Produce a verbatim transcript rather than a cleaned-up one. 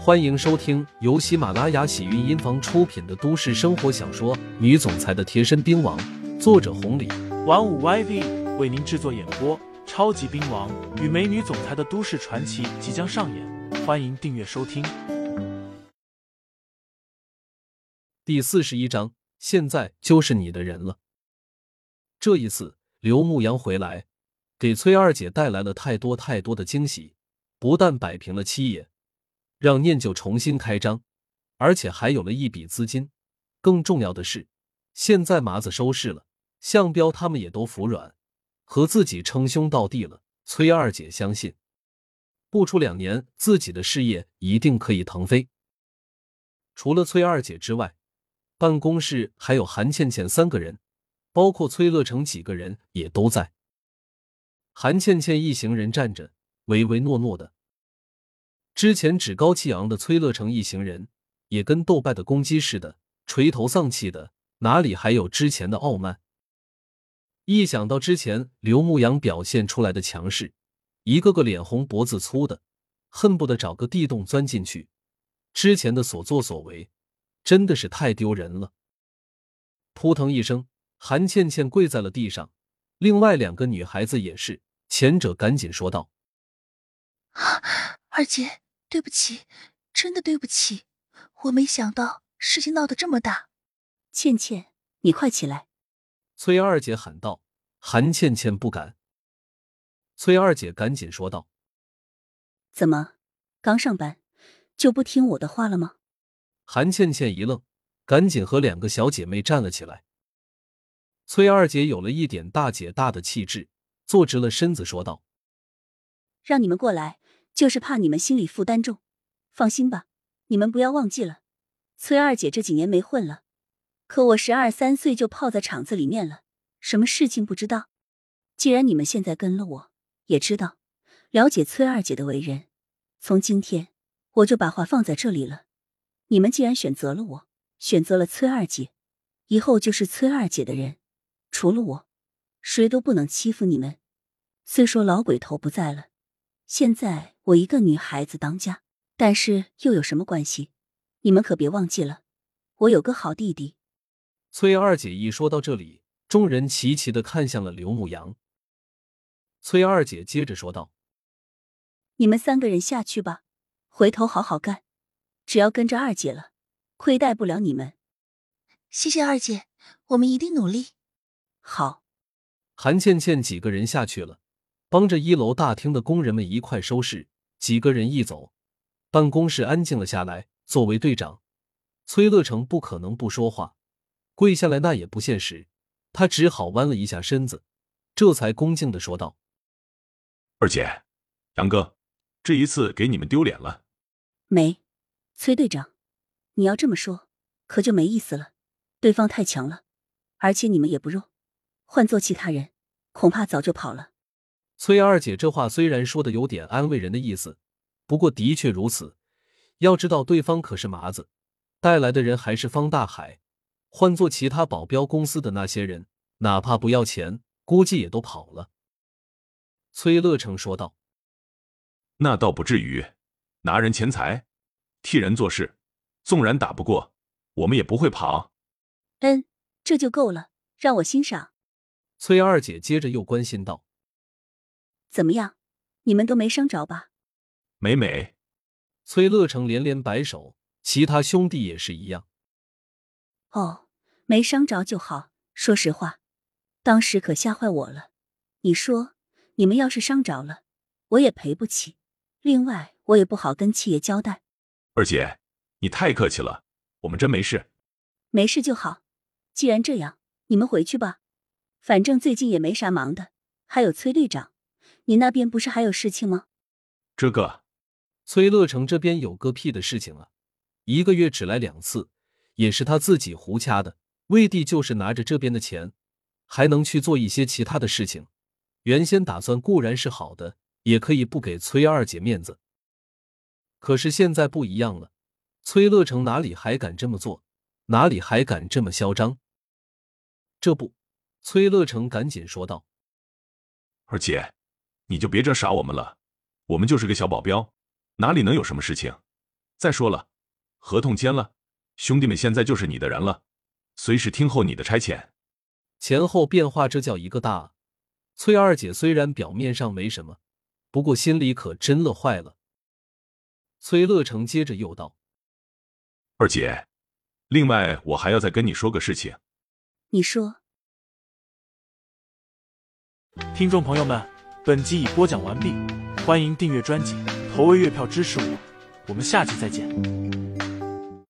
欢迎收听由喜马拉雅喜韵音房出品的都市生活小说《女总裁的贴身兵王》，作者红礼， 玩五 Y V 为您制作演播。超级兵王与美女总裁的都市传奇即将上演，欢迎订阅收听。 第四十一章，现在就是你的人了。这一次，刘牧阳回来，给崔二姐带来了太多太多的惊喜，不但摆平了七爷，让念旧重新开张，而且还有了一笔资金。更重要的是，现在麻子收拾了，向彪他们也都服软，和自己称兄道弟了。崔二姐相信，不出两年，自己的事业一定可以腾飞。除了崔二姐之外，办公室还有韩倩倩三个人，包括崔乐成几个人也都在。韩倩倩一行人站着，唯唯诺诺的。之前趾高气扬的崔乐成一行人也跟斗败的公鸡似的，垂头丧气的，哪里还有之前的傲慢。一想到之前刘牧阳表现出来的强势，一个个脸红脖子粗的，恨不得找个地洞钻进去。之前的所作所为真的是太丢人了。扑腾一声，韩倩倩跪在了地上，另外两个女孩子也是，前者赶紧说道： 二姐，对不起，真的对不起，我没想到事情闹得这么大。 倩倩，你快起来！ 崔二姐喊道。韩倩倩不敢。崔二姐赶紧说道： 怎么，刚上班就不听我的话了吗？ 韩倩倩一愣，赶紧和两个小姐妹站了起来。崔二姐有了一点大姐大的气质，坐直了身子说道： 让你们过来就是怕你们心里负担重，放心吧，你们不要忘记了，崔二姐这几年没混了，可我十二三岁就泡在厂子里面了，什么事情不知道。既然你们现在跟了我，也知道了解崔二姐的为人，从今天我就把话放在这里了。你们既然选择了我，选择了崔二姐，以后就是崔二姐的人，除了我，谁都不能欺负你们。虽说老鬼头不在了，现在我一个女孩子当家，但是又有什么关系？你们可别忘记了，我有个好弟弟。 崔二姐一说到这里，众人齐齐地看向了刘牧阳。崔二姐接着说道： 你们三个人下去吧，回头好好干，只要跟着二姐了，亏待不了你们。 谢谢二姐，我们一定努力。 好。 韩倩倩几个人下去了，帮着一楼大厅的工人们一块收拾。几个人一走，办公室安静了下来。作为队长，崔乐成不可能不说话，跪下来那也不现实，他只好弯了一下身子，这才恭敬地说道： 二姐，杨哥，这一次给你们丢脸了。 没，崔队长，你要这么说可就没意思了，对方太强了，而且你们也不弱，换做其他人恐怕早就跑了。 崔二姐这话虽然说的有点安慰人的意思，不过的确如此。要知道对方可是麻子，带来的人还是方大海，换做其他保镖公司的那些人，哪怕不要钱，估计也都跑了。崔乐成说道： 那倒不至于，拿人钱财，替人做事，纵然打不过，我们也不会跑。 嗯，这就够了，让我欣赏。 崔二姐接着又关心道： 怎么样，你们都没伤着吧？ 美美。 崔乐成连连摆手，其他兄弟也是一样。 哦，没伤着就好。说实话，当时可吓坏我了。你说，你们要是伤着了，我也赔不起。另外，我也不好跟七爷交代。 二姐，你太客气了，我们真没事。 没事就好。既然这样，你们回去吧。反正最近也没啥忙的。还有崔队长，你那边不是还有事情吗？ 这个崔乐成这边有个屁的事情啊，一个月只来两次，也是他自己胡掐的。魏帝就是拿着这边的钱，还能去做一些其他的事情。原先打算固然是好的，也可以不给崔二姐面子。可是现在不一样了，崔乐成哪里还敢这么做，哪里还敢这么嚣张？这不，崔乐成赶紧说道： 二姐，你就别这傻我们了，我们就是个小保镖，哪里能有什么事情？ 再说了，合同签了，兄弟们现在就是你的人了，随时听候你的差遣。 前后变化，这叫一个大。崔二姐虽然表面上没什么，不过心里可真乐坏了。崔乐成接着又道： 二姐，另外我还要再跟你说个事情。 你说。 听众朋友们，本集已播讲完毕，欢迎订阅专辑，投喂月票支持我，我们下集再见。